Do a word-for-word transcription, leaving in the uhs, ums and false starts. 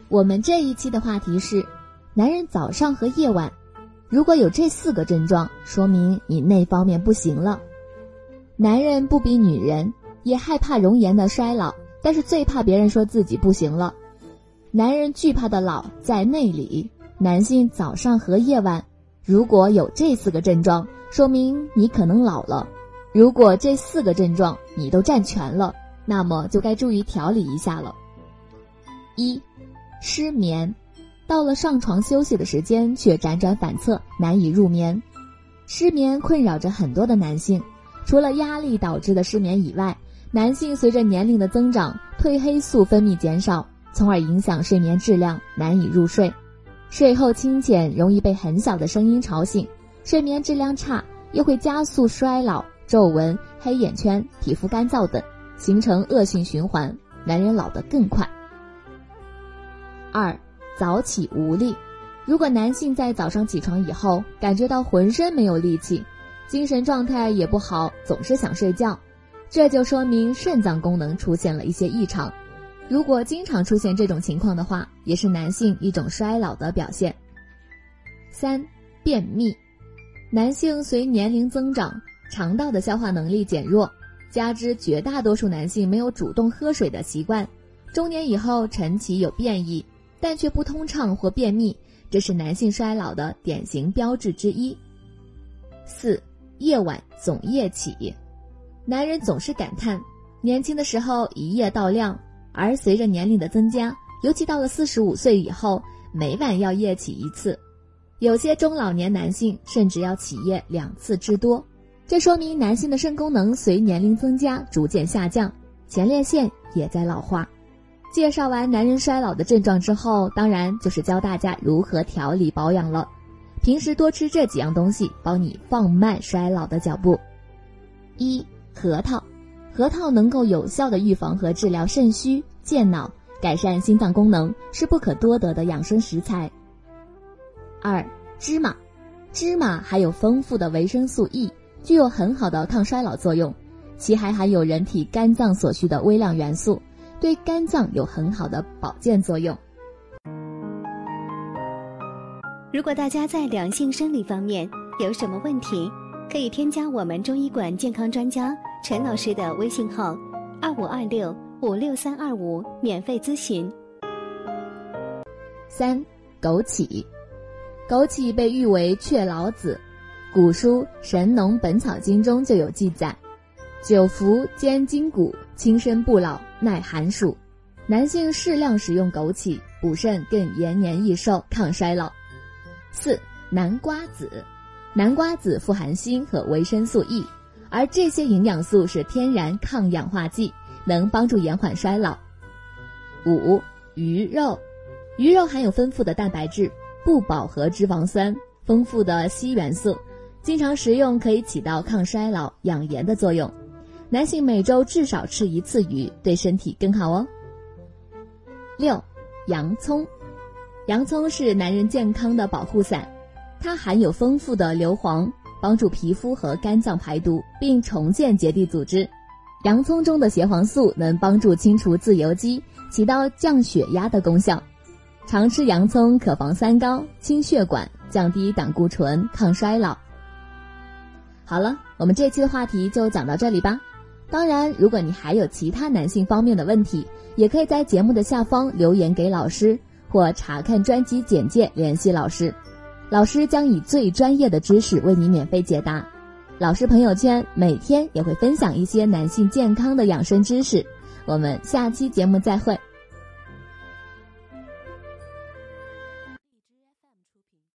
我们这一期的话题是男人早上和夜晚如果有这四个症状，说明你那方面不行了。男人不比女人，也害怕容颜的衰老，但是最怕别人说自己不行了。男人惧怕的老在内里，男性早上和夜晚如果有这四个症状，说明你可能老了。如果这四个症状你都占全了，那么就该注意调理一下了。一、失眠，到了上床休息的时间却辗转反侧，难以入眠。失眠困扰着很多的男性，除了压力导致的失眠以外，男性随着年龄的增长，褪黑素分泌减少，从而影响睡眠质量，难以入睡。睡后清浅，容易被很小的声音吵醒，睡眠质量差，又会加速衰老、皱纹、黑眼圈、皮肤干燥等，形成恶性循环，男人老得更快。二、早起无力，如果男性在早上起床以后感觉到浑身没有力气，精神状态也不好，总是想睡觉，这就说明肾脏功能出现了一些异常。如果经常出现这种情况的话，也是男性一种衰老的表现。三、便秘，男性随年龄增长，肠道的消化能力减弱，加之绝大多数男性没有主动喝水的习惯，中年以后晨起有便意，但却不通畅或便秘，这是男性衰老的典型标志之一。四、夜晚总夜起，男人总是感叹年轻的时候一夜到亮，而随着年龄的增加，尤其到了四十五岁以后，每晚要夜起一次，有些中老年男性甚至要起夜两次之多。这说明男性的肾功能随年龄增加逐渐下降，前列腺也在老化。介绍完男人衰老的症状之后，当然就是教大家如何调理保养了。平时多吃这几样东西，帮你放慢衰老的脚步。一、核桃，核桃能够有效地预防和治疗肾虚、健脑，改善心脏功能，是不可多得的养生食材。二、芝麻，芝麻含有丰富的维生素 E， 具有很好的抗衰老作用，其还含有人体肝脏所需的微量元素，对肝脏有很好的保健作用。 如果大家在两性生理方面有什么问题，可以添加我们中医馆健康专家陈老师的微信号二五二六五六三二五，免费咨询。 三、枸杞，枸杞被誉为却老子，古书《神农本草经》中就有记载，久服坚筋骨，轻身不老，耐寒暑。男性适量使用枸杞，补肾更延年益寿，抗衰老。四、南瓜子，南瓜子富含锌和维生素 E， 而这些营养素是天然抗氧化剂，能帮助延缓衰老。五、鱼肉，鱼肉含有丰富的蛋白质、不饱和脂肪酸、丰富的硒元素，经常食用可以起到抗衰老、养颜的作用。男性每周至少吃一次鱼，对身体更好哦。六、洋葱，洋葱是男人健康的保护伞，它含有丰富的硫磺，帮助皮肤和肝脏排毒，并重建结缔组织。洋葱中的茄黄素能帮助清除自由基，起到降血压的功效。常吃洋葱可防三高、清血管、降低胆固醇、抗衰老。好了，我们这期的话题就讲到这里吧。当然，如果你还有其他男性方面的问题，也可以在节目的下方留言给老师，或查看专辑简介联系老师，老师将以最专业的知识为你免费解答。老师朋友圈每天也会分享一些男性健康的养生知识。我们下期节目再会。